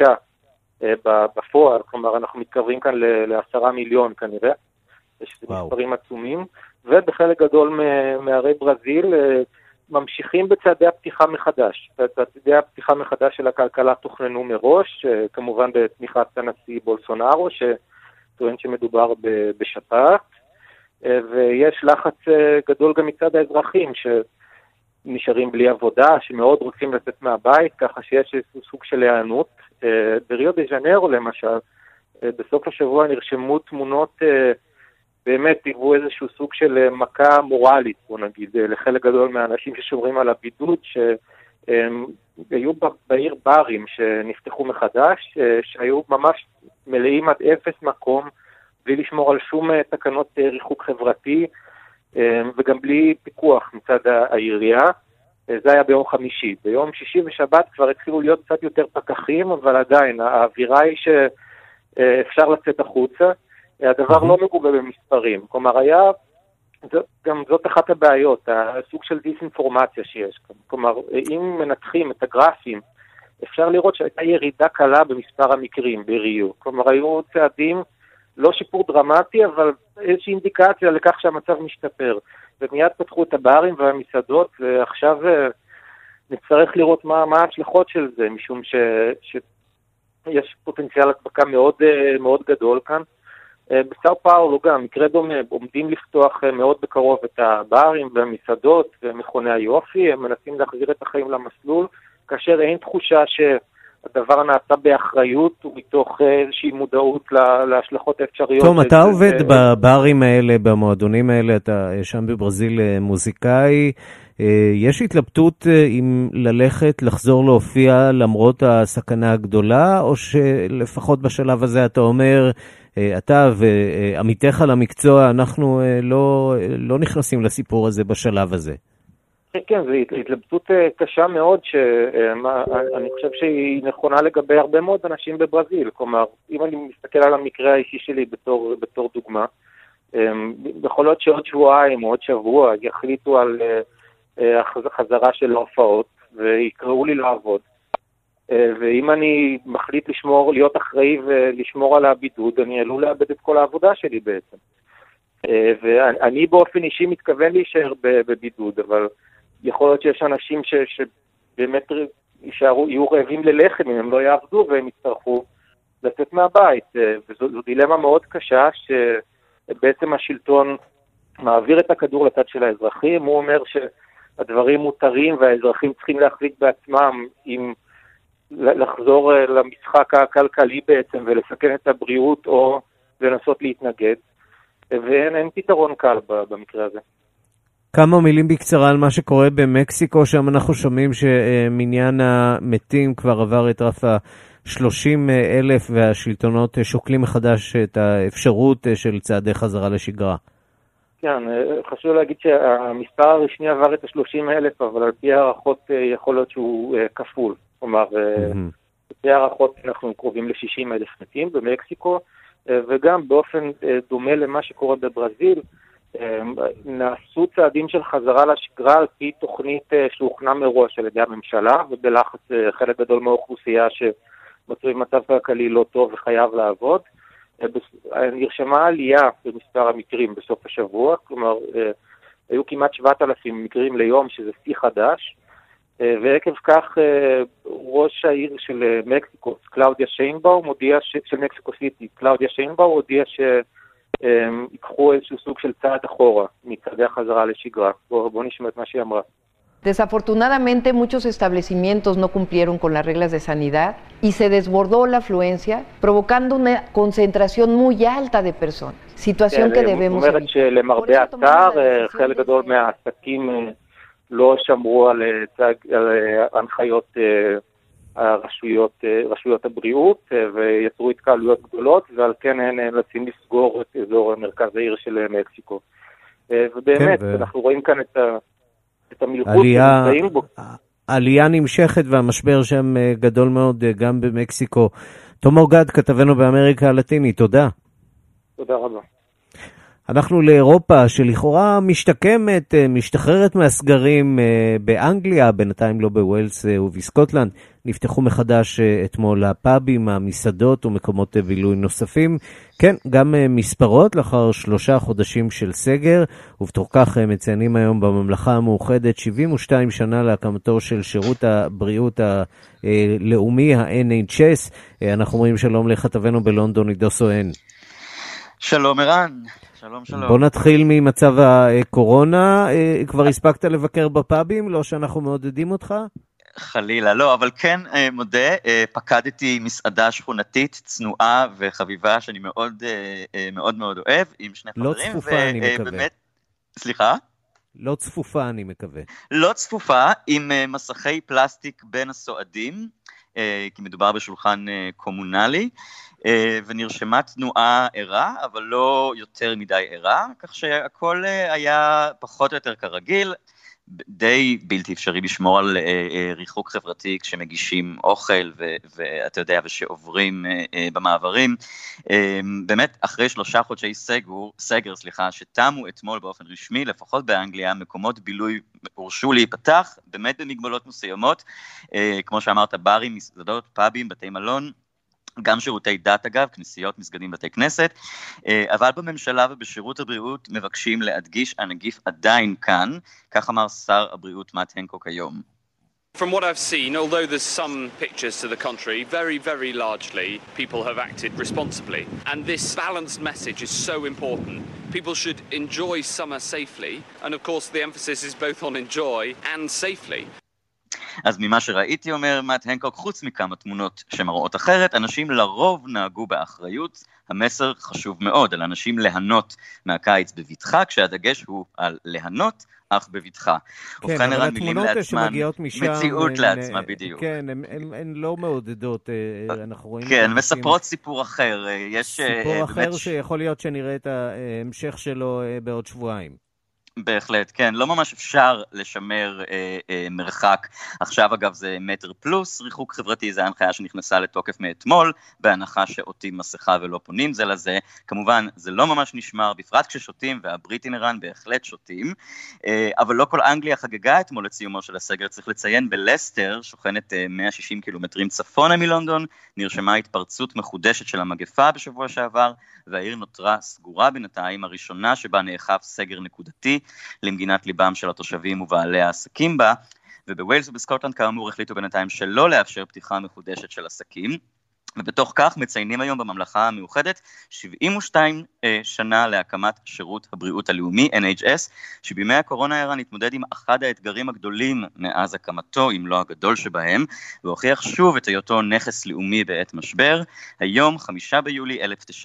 בפועל, כלומר אנחנו מתקרבים כאן ל10 מיליון כנראה, יש מספרים עצומים, ובחלק גדול מערי ברזיל ממשיכים בצעדי הפתיחה מחדש. צעדי הפתיחה מחדש של הכלכלה תוכננו מראש, כמובן בתמיכת הנשיא בולסונארו, שטוען שמדובר בשפעת, ויש לחץ גדול גם מצד האזרחים, שנשארים בלי עבודה, שמאוד רוצים לצאת מהבית, ככה שיש סוג של הענות. בריו דה ז'נרו למשל, בסוף השבוע נרשמו תמונות באמת היוו איזשהו סוג של מכה מורלית, בוא נגיד, לחלק גדול מהאנשים ששומרים על הבידוד, שהיו בעיר ברים שנפתחו מחדש, שהיו ממש מלאים עד 0 מקום, בלי לשמור על שום תקנות ריחוק חברתי, וגם בלי פיקוח מצד העירייה. זה היה ביום חמישי. ביום שישי ושבת כבר התחילו להיות קצת יותר פקחים, אבל עדיין האווירה היא שאפשר לצאת החוצה. הדבר לא מגובה במספרים, כלומר גם זאת אחת הבעיות, הסוג של דיסאינפורמציה שיש כאן, כלומר אם מנתחים את הגרפים, אפשר לראות שהייתה ירידה קלה במספר המקרים בריו, כלומר היו צעדים, לא שיפור דרמטי, אבל איזושהי אינדיקציה לכך שהמצב משתפר, ומיד פתחו את הברים והמסעדות, ועכשיו נצטרך לראות מה ההשלכות של זה, משום שיש פוטנציאל הדבקה מאוד, מאוד גדול כאן, בסאו פאולו גם, מקרה דומה, עומדים לפתוח מאוד בקרוב את הברים והמסעדות ומכוני היופי, הם מנסים להחזיר את החיים למסלול, כאשר אין תחושה שהדבר נעשה באחריות ומתוך איזושהי מודעות להשלכות האפשריות. תום, אתה עובד בברים האלה, במועדונים האלה, אתה שם בברזיל מוזיקאי, יש התלבטות אם ללכת, לחזור להופיע למרות הסכנה הגדולה, או שלפחות בשלב הזה אתה אומר, אתה ועמיתך למקצוע, אנחנו לא נכנסים לסיפור הזה בשלב הזה. כן, זו התלבטות קשה מאוד, שאני חושב שהיא נכונה לגבי הרבה מאוד אנשים בברזיל. כלומר, אם אני מסתכל על המקרה האישי שלי בתור דוגמה, יכול להיות שעוד שבועיים או עוד שבוע יחליטו על החזרה של ההופעות, ויקראו לי לעבוד. ואם אני מחליט להיות אחראי ולשמור על הבידוד, אני עלול לאבד את כל העבודה שלי בעצם. ואני באופן אישי מתכוון להישאר בבידוד, אבל יכול להיות שיש אנשים שבאמת יהיו רעבים ללחם אם הם לא יעבדו והם יצטרכו לצאת מהבית. וזו דילמה מאוד קשה שבעצם השלטון מעביר את הכדור לצד של האזרחים, הוא אומר שהדברים מותרים והאזרחים צריכים להחליט בעצמם אם לחזור למשחק הכלכלי בעצם ולסכן את הבריאות או לנסות להתנגד, ואין פתרון קל במקרה הזה. כמה מילים בקצרה על מה שקורה במקסיקו, שם אנחנו שומעים שמניין המתים כבר עבר את רף 30,000 והשלטונות שוקלים מחדש את האפשרות של צעדי חזרה לשגרה. כן, חשוב להגיד שהמספר הרשמי עבר את 30,000, אבל על פי הערכות יכול להיות שהוא כפול. כלומר, לפי הערכות אנחנו קרובים ל60,000 מתים במקסיקו, וגם באופן דומה למה שקורה בברזיל, נעשו צעדים של חזרה לשגרה על פי תוכנית שהוכנה מראש על ידי הממשלה, ובלחץ חלק גדול מהאוכלוסייה במצב כלכלי לא טוב וחייב לעבוד. נרשמה עלייה במספר המקרים בסוף השבוע, כלומר, היו כמעט 7,000 מקרים ליום, שזה שיא חדש, ועקב כך ראש העיר של מקסיקו, קלאודיה שיינבאום, של מקסיקו סיטי, קלאודיה שיינבאום, הודיע שיקחו איזשהו סוג של צעד אחורה, מצעדי החזרה לשגרה. בואו נשמע את מה שהיא אמרה. Desafortunadamente, muchos establecimientos no cumplieron con las reglas de sanidad y se desbordó la afluencia, provocando una concentración muy alta de personas, situación que debemos evitar. אומרת שלמרבה הצער, חלק גדול מהעסקים לא שמרו על הנחיות רשויות הבריאות ויצרו התקהלויות גדולות, ועל כן הן נאלצים לסגור את אזור מרכז העיר של מקסיקו. ובאמת, אנחנו רואים כאן את המלכות שנמצאים בו. עלייה נמשכת והמשבר שם גדול מאוד גם במקסיקו. תום אורגד, כתבנו באמריקה הלטינית, תודה. תודה רבה. אנחנו לאירופה שלכאורה משתקמת, משתחררת מהסגרים באנגליה, בינתיים לא בווילס ובסקוטלנד. נפתחו מחדש אתמול הפאבים, המסעדות ומקומות בילוי נוספים. כן, גם מספרות לאחר 3 חודשים של סגר, ובתוך כך מציינים היום בממלכה המאוחדת 72 שנה להקמתו של שירות הבריאות הלאומי, ה-NHS. אנחנו אומרים שלום לכתבנו בלונדון, עידו סואן. שלום ערן. שלום, שלום. בוא נתחיל ממצב הקורונה. כבר הספקת לבקר בפאבים? לא שאנחנו מעודדים אותך? חלילה, לא, אבל כן מודה, פקדתי מסעדה שכונתית, צנועה וחביבה, שאני מאוד מאוד מאוד אוהב, עם 2 חברים. לא צפופה, אני מקווה. באמת, סליחה? לא צפופה, אני מקווה. לא צפופה, עם מסכי פלסטיק בין הסועדים, כי מדובר בשולחן קומונלי, ונרשמה תנועה ערה, אבל לא יותר מדי ערה, כך שהכל היה פחות או יותר כרגיל, די בלתי אפשרי לשמור על ריחוק חברתי כשמגישים אוכל ואתה יודע, ושעוברים במעברים. באמת, אחרי 3 חודשי סגר, שתמו אתמול באופן רשמי, לפחות באנגליה, מקומות בילוי הורשו להיפתח, באמת במגבלות מסוימות, כמו שאמרת, ברים, מסעדות, פאבים, בתי מלון, גם שירותי דת אגב, כנסיות, מסגדים, בתי כנסת, אבל בממשלה ובשירות הבריאות מבקשים להדגיש הנגיף עדיין כאן, כך אמר שר הבריאות מאט הנקוק היום. From what I've seen, although there's some pictures to the contrary, very, very largely people have acted responsibly. And this balanced message is so important. People should enjoy summer safely, and of course the emphasis is both on enjoy and safely. אז ממה שראיתי, אומר מאט הנקוק, חוץ מכמה תמונות שמראות אחרת, אנשים לרוב נהגו באחריות. המסר חשוב מאוד, על אנשים ליהנות מהקיץ בביטחה, כשהדגש הוא על ליהנות, אך בביטחה. כן, אבל התמונות שמגיעות משם, מציאות לעצמה בדיוק. כן, הן לא מעודדות, אנחנו רואים... כן, מספרות סיפור אחר. סיפור אחר שיכול להיות שנראה את ההמשך שלו בעוד שבועיים. בהחלט, כן, לא ממש אפשר לשמר מרחק. עכשיו אגב זה מטר פלוס ריחוק חברתי, זה ההנחיה שנכנסה לתוקף מאתמול, בהנחה שעוטים מסכה ולא פונים זה לזה. כמובן זה לא ממש נשמר, בפרט כששותים, והבריטים איראן בהחלט שותים, אבל לא כל אנגליה חגגה אתמול לציומו של הסגר. צריך לציין בלסטר, שוכנת 160 קילומטרים צפונה מלונדון, נרשמה התפרצות מחודשת של המגפה בשבוע שעבר, והעיר נותרה סגורה בינתיים, הראשונה שבה נאכף סגר נקודתי, למגינת ליבם של התושבים ובעלי העסקים בה, ובווילס ובסקוטלנד כאמור החליטו בינתיים שלא לאפשר פתיחה מחודשת של עסקים, ובתוך כך מציינים היום בממלכה המאוחדת 72 שנה להקמת שירות הבריאות הלאומי, NHS, שבימי הקורונה איראן התמודד עם אחד האתגרים הגדולים מאז הקמתו, אם לא הגדול שבהם, והוכיח שוב את היותו נכס לאומי בעת משבר. היום, 5 ביולי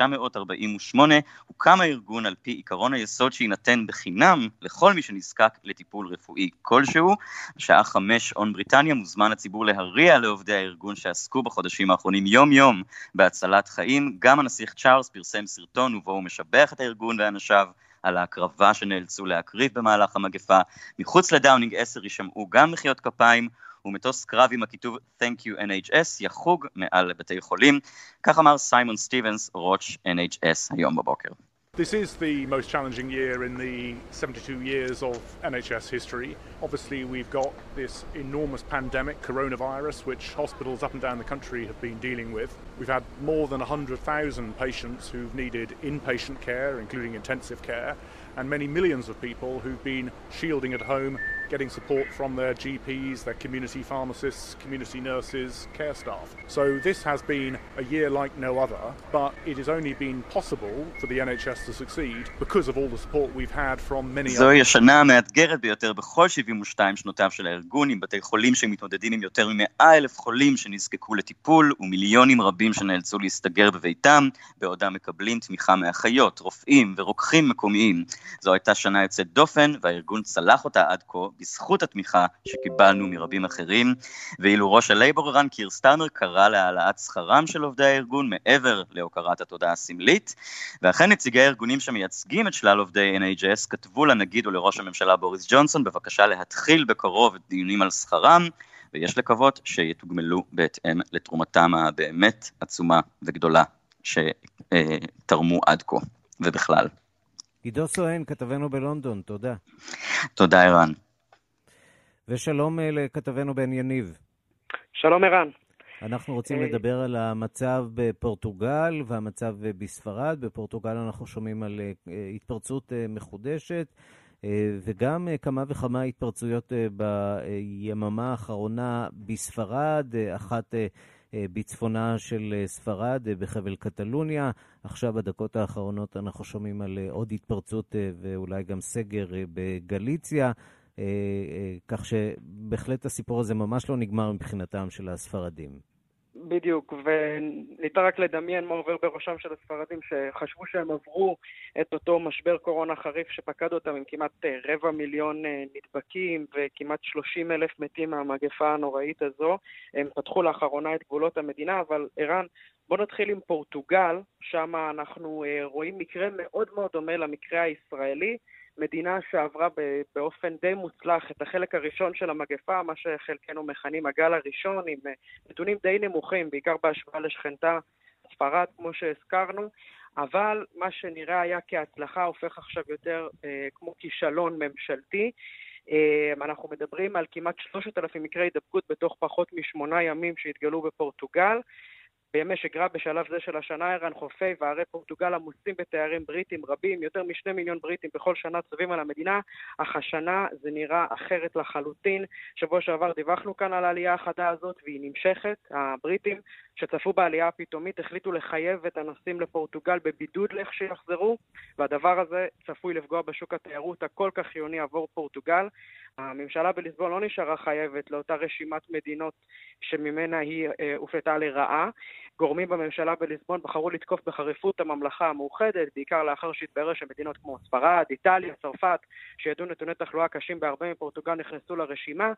1948, הוקם הארגון על פי עיקרון היסוד שיינתן בחינם לכל מי שנזקק לטיפול רפואי כלשהו. בשעה 5 און בריטניה מוזמן הציבור להריע לעובדי הארגון שעסקו בחודשים האחרונים יום בהצלת חיים. גם הנסיך צ'ארלס פרסם סרטון ובו הוא משבח את הארגון ואנשיו על ההקרבה שנאלצו להקריב במהלך המגפה. מחוץ לדאונינג 10 ישמעו גם מחיאות כפיים, ומטוס קרב עם הכיתוב Thank you NHS יחוג מעל בתי חולים. כך אמר סיימון סטיבנס, ראש NHS היום בבוקר. This is the most challenging year in the 72 years of NHS history. Obviously, we've got this enormous pandemic, coronavirus, which hospitals up and down the country have been dealing with. We've had more than 100,000 patients who've needed inpatient care, including intensive care, and many millions of people who've been shielding at home, getting support from their GPs, their community pharmacists, community nurses, care staff. So this has been a year like no other, but it has only been possible for the NHS to succeed because of all the support we've had from many others. זוהי השנה המאתגרת ביותר בכל 72 שנותיו של הארגון, עם בתי חולים שמתמודדים עם יותר מ100,000 חולים שנזקקו לטיפול, ומיליונים רבים שנאלצו להסתגר בביתם, בעודם מקבלים תמיכה מאחיות, רופאים ורוקחים מקומיים. זו הייתה שנה יוצאת דופן, והארגון צלח אותה עד כה, בזכות התמיכה שקיבלנו מרבים אחרים, ואילו ראש הלייבור רן קירסטארמר קרא להעלאת שכרם של עובדי הארגון מעבר להוקרת התודעה הסמלית, ואכן נציגי הארגונים שמייצגים את שלל עובדי NHS כתבו לנגיד ולראש הממשלה בוריס ג'ונסון בבקשה להתחיל בקרוב את דיונים על שכרם, ויש לקוות שיתוגמלו בהתאם לתרומתם הבאמת עצומה וגדולה שתרמו עד כה ובכלל. עידו סואן, כתבנו בלונדון, תודה. תודה ערן. ושלום לכתבנו בן יניב. שלום ערן. אנחנו רוצים לדבר על המצב בפורטוגל והמצב בספרד. בפורטוגל אנחנו שומעים על התפרצות מחודשת, וגם כמה וכמה התפרצויות ביממה האחרונה בספרד, אחת בצפונה של ספרד, בחבל קטלוניה. עכשיו בדקות האחרונות אנחנו שומעים על עוד התפרצות ואולי גם סגר בגליציה, כך שבהחלט הסיפור הזה ממש לא נגמר מבחינתם של הספרדים. בדיוק, וניתן רק לדמיין מה עובר בראשם של הספרדים שחשבו שהם עברו את אותו משבר קורונה חריף שפקד אותם עם כמעט 250,000 נדבקים וכמעט 30,000 מתים מהמגפה הנוראית הזו. הם פתחו לאחרונה את גבולות המדינה, אבל ערן, בוא נתחיל עם פורטוגל, שם אנחנו רואים מקרה מאוד מאוד דומה למקרה הישראלי, מדינה שעברה באופן די מוצלח את החלק הראשון של המגפה, מה שחלקנו מכנים הגל הראשון, עם נתונים די נמוכים, בעיקר בהשוואה לשכנתה ספרד, כמו שהזכרנו, אבל מה שנראה היה כהצלחה הופך עכשיו יותר כמו כישלון ממשלתי. אנחנו מדברים על כמעט 3,000 מקרי הידבקות בתוך פחות מ8 ימים שהתגלו בפורטוגל. בימי שגרה בשלב זה של השנה, ערן, חופי וערי פורטוגל עמוסים בתיירים בריטים רבים, יותר מ2 מיליון בריטים בכל שנה צובעים על המדינה, אך השנה זה נראה אחרת לחלוטין. שבוע שעבר דיווחנו כאן על העלייה החדה הזאת והיא נמשכת. הבריטים שצפו בעלייה הפתאומית החליטו לחייב את הנוסעים לפורטוגל בבידוד לכשיחזרו, והדבר הזה צפוי לפגוע בשוק התיירות הכל כך חיוני עבור פורטוגל. הממשלה בליסבון לא נשארה חייבת לאותה רשימת מדינות שממנה היא הופלתה לרעה. גורמים בממשלה בליסבון בחרו לתקוף בחריפות הממלכה המאוחדת, בעיקר לאחר שהתברר שמדינות כמו ספרד, איטליה, צרפת, שידעו נתוני תחלואה קשים בהרבה מפורטוגל נכנסו לרשימה,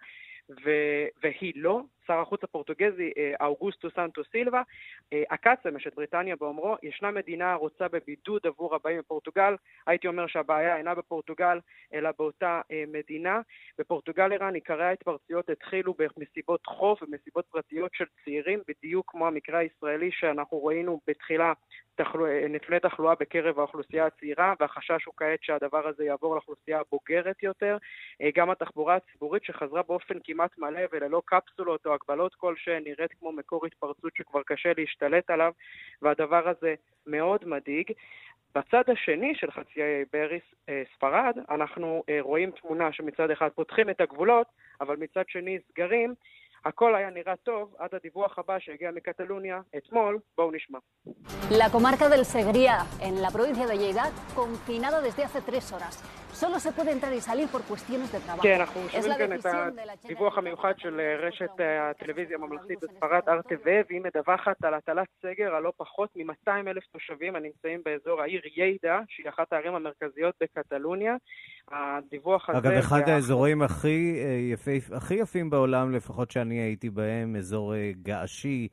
והיא לא. שר החוץ הפורטוגזי אוגוסטו סנטו סילבה עקץ אמש את בריטניה באומרו, ישנה מדינה רוצה בבידוד עבור הבאים מפורטוגל. הייתי אומר שהבעיה אינה בפורטוגל אלא באותה מדינה. בפורטוגל ערן עיקרי ההתפרצויות התחילו במסיבות חוף ומסיבות פרטיות של צעירים, בדיוק כמו המקרה הישראלי שאנחנו ראינו בתחילה נתוני תחלואה בקרב האוכלוסייה הצעירה, והחשש הוא כעת שהדבר הזה יעבור לאוכלוסייה הבוגרת יותר. גם התחבורה הציבורית שחזרה באופן כמעט מלא וללא קפסולות או הגבלות כלשהן נראית כמו מקור התפרצות שכבר קשה להשתלט עליו, והדבר הזה מאוד מדאיג. בצד השני של חצי האי באריס ספרד אנחנו רואים תמונה שמצד אחד פותחים את הגבולות אבל מצד שני סגרים. הכל היה נראה טוב עד הדיווח הבא שהגיע מקטלוניה אתמול. בואו נשמע. La comarca del Segrià, en la provincia de Lleida, confinada desde hace 3 horas. Solo se puede entrar y salir por cuestiones de trabajo. כן, אנחנו שומעים כאן את הדיווח המיוחד של רשת הטלוויזיה הממלכתית בספרד, RTV, והיא מדווחת על הטלת סגר על לא פחות מ200,000 תושבים הנמצאים באזור העיר יידה, שהיא אחת הערים המרכזיות בקטלוניה. הדיווח הזה... אגב, אחד האזורים הכי יפים בעולם, לפחות שאני הייתי בהם, אזור געשי,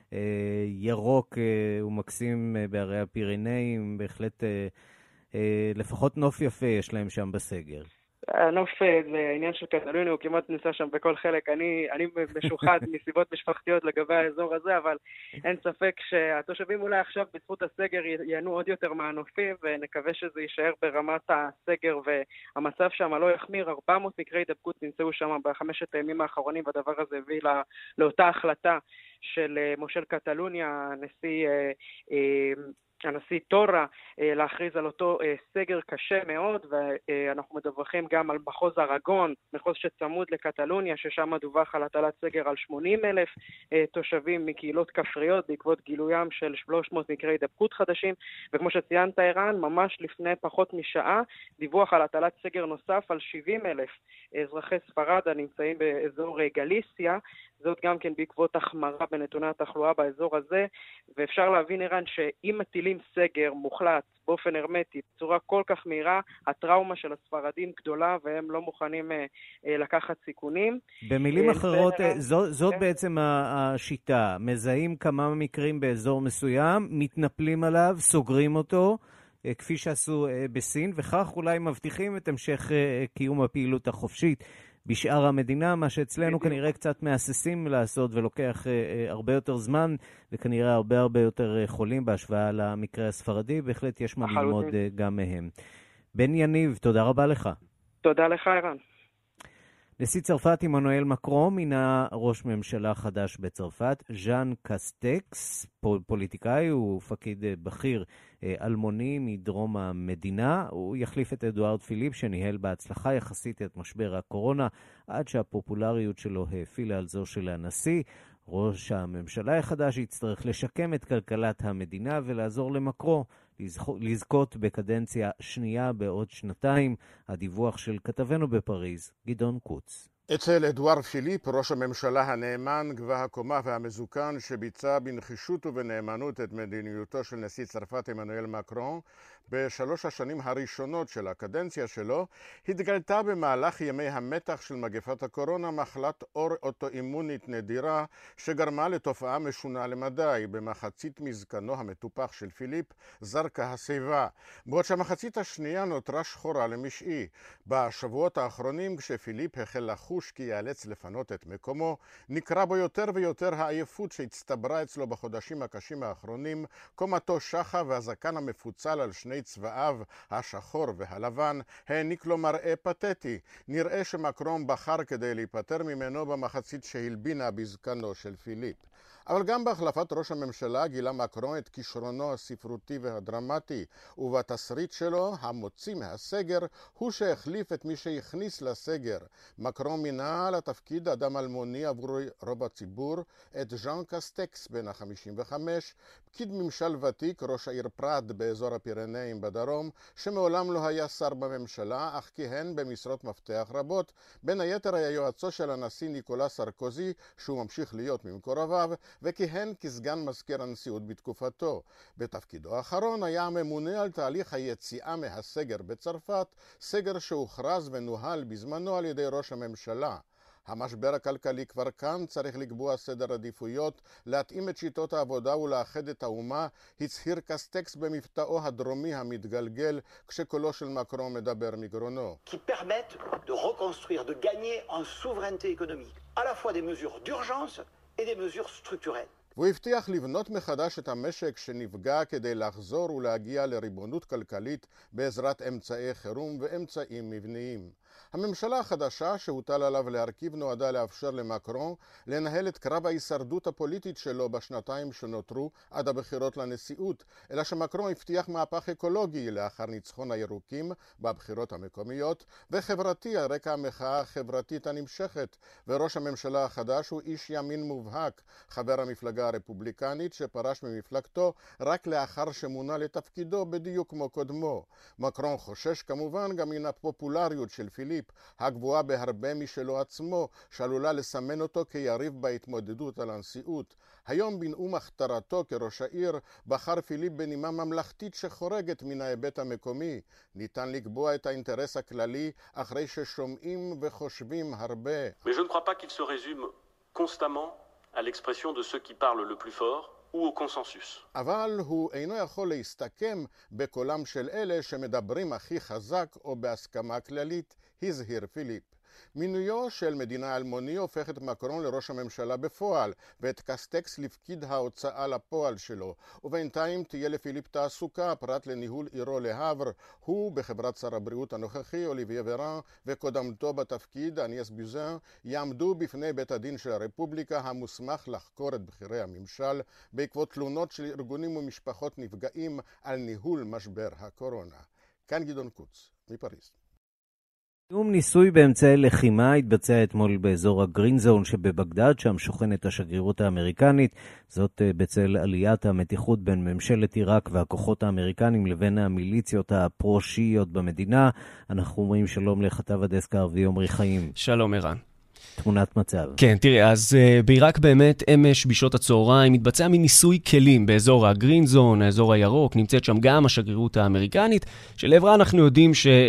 ירוק ומקסים בערי הפירינאים, בהחלט לפחות נוף יפה יש להם שם בסגר. הנוף זה העניין של קטלוניה, הוא כמעט נמצא שם בכל חלק. אני משוחד מסיבות משפחתיות לגבי האזור הזה, אבל אין ספק שהתושבים אולי עכשיו בזכות הסגר ייהנו עוד יותר מהנופים, ונקווה שזה יישאר ברמת הסגר והמצב שם לא יחמיר. 400 מקרי הידבקות נמצאו שם בחמשת הימים האחרונים, והדבר הזה הביא לאותה החלטה של מושל קטלוניה, הנשיא טורה, להכריז על אותו סגר קשה מאוד, ואנחנו מדווחים גם על מחוז ארגון, מחוז שצמוד לקטלוניה, ששם דווח על הטלת סגר על 80,000 תושבים מקהילות כפריות, בעקבות גילוים של 300 מקרי הידבקות חדשים, וכמו שציינת ערן, ממש לפני פחות משעה, דיווח על הטלת סגר נוסף על 70,000 אזרחי ספרד הנמצאים באזור גליסיה, זאת גם כן בעקבות החמרה בנתוני התחלואה באזור הזה, ואפשר להבין ערן שאם מטילים סגר מוחלט באופן הרמטי, בצורה כל כך מהירה, הטראומה של הספרדים גדולה, והם לא מוכנים לקחת סיכונים. במילים אחרות, זאת בעצם השיטה. מזהים כמה מקרים באזור מסוים, מתנפלים עליו, סוגרים אותו, כפי שעשו בסין, וכך אולי מבטיחים את המשך קיום הפעילות החופשית בשאר המדינה, מה שאצלנו כנראה קצת מהססים לעשות ולוקח הרבה יותר זמן, וכנראה הרבה יותר חולים בהשוואה למקרה הספרדי. בהחלט יש מה ללמוד גם מהם. בן יניב, תודה רבה לך. תודה לך, ערן. נשיא צרפת עמנואל מקרון מינה ראש ממשלה חדש בצרפת, ז'אן קסטקס, פוליטיקאי ופקיד בכיר אלמוני מדרום המדינה. הוא יחליף את אדוארד פיליפ שניהל בהצלחה יחסית את משבר הקורונה, עד שהפופולריות שלו העפילה על זו של הנשיא. ראש הממשלה החדש יצטרך לשקם את כלכלת המדינה ולעזור למקרון לזכות בקדנציה שנייה בעוד שנתיים. הדיווח של כתבנו בפריז, גדעון קוץ. אצל אדוארד פיליפ, ראש הממשלה הנאמן, גבוה הקומה והמזוקן, שביצע בנחישות ובנאמנות את מדיניותו של נשיא צרפת עמנואל מקרון בשלוש השנים הראשונות של הקדנציה שלו, התגלתה במהלך ימי המתח של מגפת הקורונה מחלת עור אוטואימונית נדירה שגרמה לתופעה משונה למדי. במחצית מזקנו המטופח של פיליפ זרקה השיבה, בעוד שהמחצית השנייה נותרה שחורה למשעי. בשבועות האחרונים, כשפיליפ החל לחוש כי ייאלץ לפנות את מקומו, נקרא בו יותר ויותר העייפות שהצטברה אצלו בחודשים הקשים האחרונים. קומתו שחה והזקן המפוצל על שני צבעיו, השחור והלבן, העניק לו מראה פתטי. נראה שמקרון בחר כדי להיפטר ממנו במחצית שהלבינה בזקנו של פיליפ. אבל גם בהחלפת ראש הממשלה גילה מקרון את כישרונו הספרותי והדרמטי, ובתסריט שלו, המוציא מהסגר, הוא שהחליף את מי שהכניס לסגר. מקרון מינה לתפקיד אדם אלמוני עבור רוב הציבור, את ז'אן קסטקס בן ה-55, פקיד ממשל ותיק, ראש העיר פראד באזור הפירנאים בדרום, שמעולם לא היה שר בממשלה, אך כיהן במשרות מפתח רבות. בין היתר היה יועצו של הנשיא ניקולא סרקוזי, שהוא ממשיך להיות ממקורביו, וכיהן כסגן מזכיר הנשיאות בתקופתו. בתפקידו האחרון היה הממונה על תהליך היציאה מהסגר בצרפת, סגר שהוכרז ונוהל בזמנו על ידי ראש הממשלה. המשבר הכלכלי כבר כאן, צריך לקבוע סדר עדיפויות, להתאים את שיטות העבודה ולאחד את האומה, הצהיר קסטקס במבטאו הדרומי המתגלגל, כשקולו של מקרון מדבר מגרונו. qui permettent de reconstruire, de gagner en souveraineté économique, à la fois des mesures d'urgence et des mesures structurelles. והוא הבטיח לבנות מחדש את המשק שנפגע כדי לחזור ולהגיע לריבונות כלכלית בעזרת אמצעי חירום ואמצעים מבניים. הממשלה החדשה שהוטל עליו להרכיב נועדה לאפשר למקרון לנהל את קרב ההישרדות הפוליטית שלו בשנתיים שנותרו עד הבחירות לנשיאות, אלא שמקרון הבטיח מהפך אקולוגי לאחר ניצחון הירוקים בבחירות המקומיות, וחברתי על רקע המחאה החברתית הנמשכת. וראש הממשלה החדש הוא איש ימין מובהק, חבר המפלגה הרפובליקנית שפרש ממפלגתו רק לאחר שמונה לתפקידו בדיוק כמו קודמו. מקרון חושש כמובן גם מן הפופולריות של פיליפ, הגבוהה בהרבה משלו עצמו, שעלולה לסמן אותו כיריב בהתמודדות על הנשיאות. היום בנאום הכתרתו כראש העיר בחר פיליפ בנימה ממלכתית שחורגת מן ההיבט המקומי. ניתן לקבוע את האינטרס הכללי אחרי ששומעים וחושבים הרבה. Mais je ne crois pas qu'il se résume constamment à l'expression de ceux qui parlent le plus fort ou au consensus. אבל הוא אינו יכול להסתכם בקולם של אלה שמדברים הכי חזק או בהסכמה כללית, הזהיר פיליפ. מינויו של מדינה אלמוני הופך את מקרון לראש הממשלה בפועל, ואת קסטקס לפקיד ההוצאה לפועל שלו, ובינתיים תהיה לפיליפ תעסוקה פרט לניהול עירו להבר. הוא בחברת שר הבריאות הנוכחי אוליביה ורן וקודמתו בתפקיד אניאס בוזן יעמדו בפני בית הדין של הרפובליקה המוסמך לחקור את בכירי הממשל בעקבות תלונות של ארגונים ומשפחות נפגעים על ניהול משבר הקורונה. כאן גדעון קוץ מפריז. סיום ניסוי באמצעי לחימה התבצע אתמול באזור הגרין זון שבבגדד, שם שוכנת השגרירות האמריקנית. זאת בצל עליית המתיחות בין ממשלת עיראק והכוחות האמריקנים לבין המיליציות הפרו-שיעיות במדינה. אנחנו אומרים שלום לכתב הדסק הערבי עמרי חיים. שלום ערן. תמונת מצב. כן, תראה, אז בעיראק באמת אמש בשעות הצהריים מתבצע מניסוי כלים באזור הגרין זון, האזור הירוק, נמצאת שם גם השגרירות האמריקנית, שלעברה אנחנו יודעים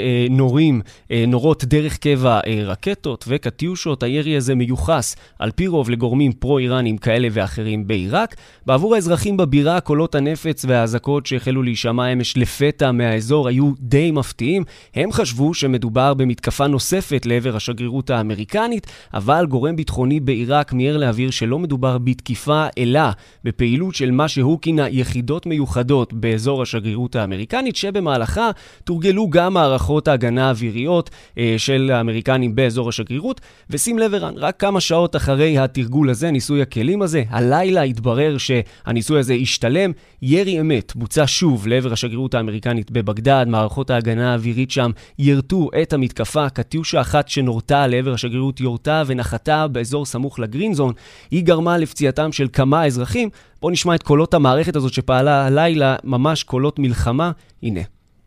שנורות דרך קבע רקטות וקטיושות. הירי הזה מיוחס על פי רוב לגורמים פרו-איראנים כאלה ואחרים בעיראק. בעבור האזרחים בבירה, קולות הנפץ והאזעקות שהחלו להישמע אמש לפתע מהאזור היו די מפתיעים. הם חשבו שמדובר במתקפה נוספת לעבר השגרירות האמריקנית, אבל גורם ביטחוני בעיראק מיהר להבהיר שלא מדובר בתקיפה, אלא בפעילות של מה שהוא כינה יחידות מיוחדות באזור השגרירות האמריקנית, שבמהלכה תורגלו גם מערכות ההגנה האוויריות של האמריקנים באזור השגרירות. ושים לב ערן, רק כמה שעות אחרי התרגול הזה, ניסוי הכלים הזה, הלילה התברר שהניסוי הזה השתלם. ירי אמת בוצע שוב לעבר השגרירות האמריקנית בבגדד. מערכות ההגנה האווירית שם ירתו את המתקפה. קטיושה אחת שנורתה לעבר השגרירות יורתה ונחתה באזור סמוך לגרין זון. היא גרמה לפציעתם של כמה אזרחים. בואו נשמע את קולות המערכת הזאת שפעלה הלילה, ממש קולות מלחמה. הנה.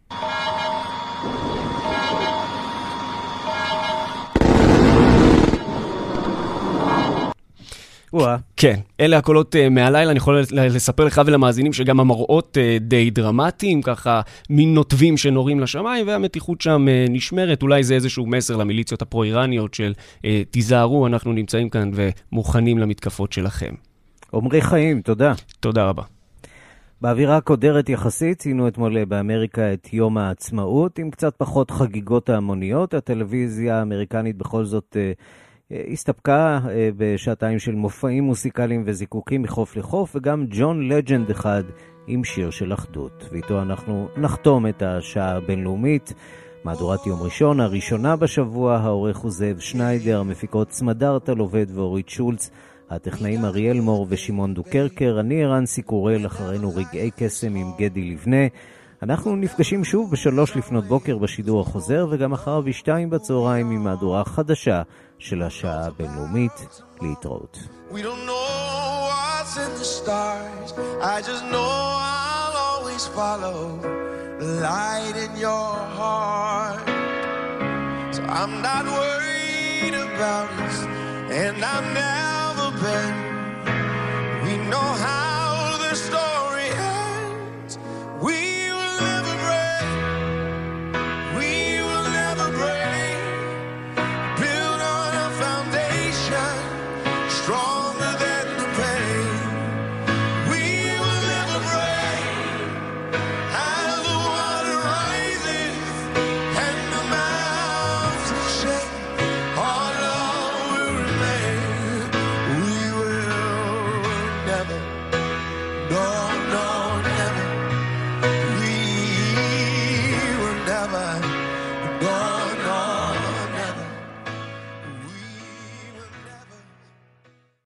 כן, אלה הקולות מהלילה. אני יכול לספר לך ולמאזינים שגם המראות די דרמטיים, ככה מין נוטבים שנורים לשמיים, והמתיחות שם נשמרת. אולי זה איזשהו מסר למיליציות הפרו-איראניות של תיזהרו, אנחנו נמצאים כאן ומוכנים למתקפות שלכם. עמרי חיים, תודה. תודה רבה. באווירה קודרת יחסית ציינו אתמול באמריקה את יום העצמאות, עם קצת פחות חגיגות ההמוניות. הטלוויזיה האמריקנית בכל זאת הסתפקה בשעתיים של מופעים מוסיקליים וזיקוקים מחוף לחוף, וגם ג'ון לג'נד אחד עם שיר של אחדות. ואיתו אנחנו נחתום את השעה הבינלאומית. מהדורת יום ראשון, הראשונה בשבוע. העורך הוא זאב שניידר, המפיקות סמדארטה לובד ואורית שולץ, הטכנאים אריאל מור ושמעון דוקרקר. אני ערן סיקורל, אחרינו רגעי קסם עם גדי לבנה. אנחנו נפגשים שוב ב3 לפנות בוקר בשידור החוזר, וגם אחר ב2 בצהריים עם מהדורה חדשה של השעה הבינלאומית. להתראות. We don't know what's in the stars, I just know I'll always follow the light in your heart. So I'm not worried about us, and I've never been. We know how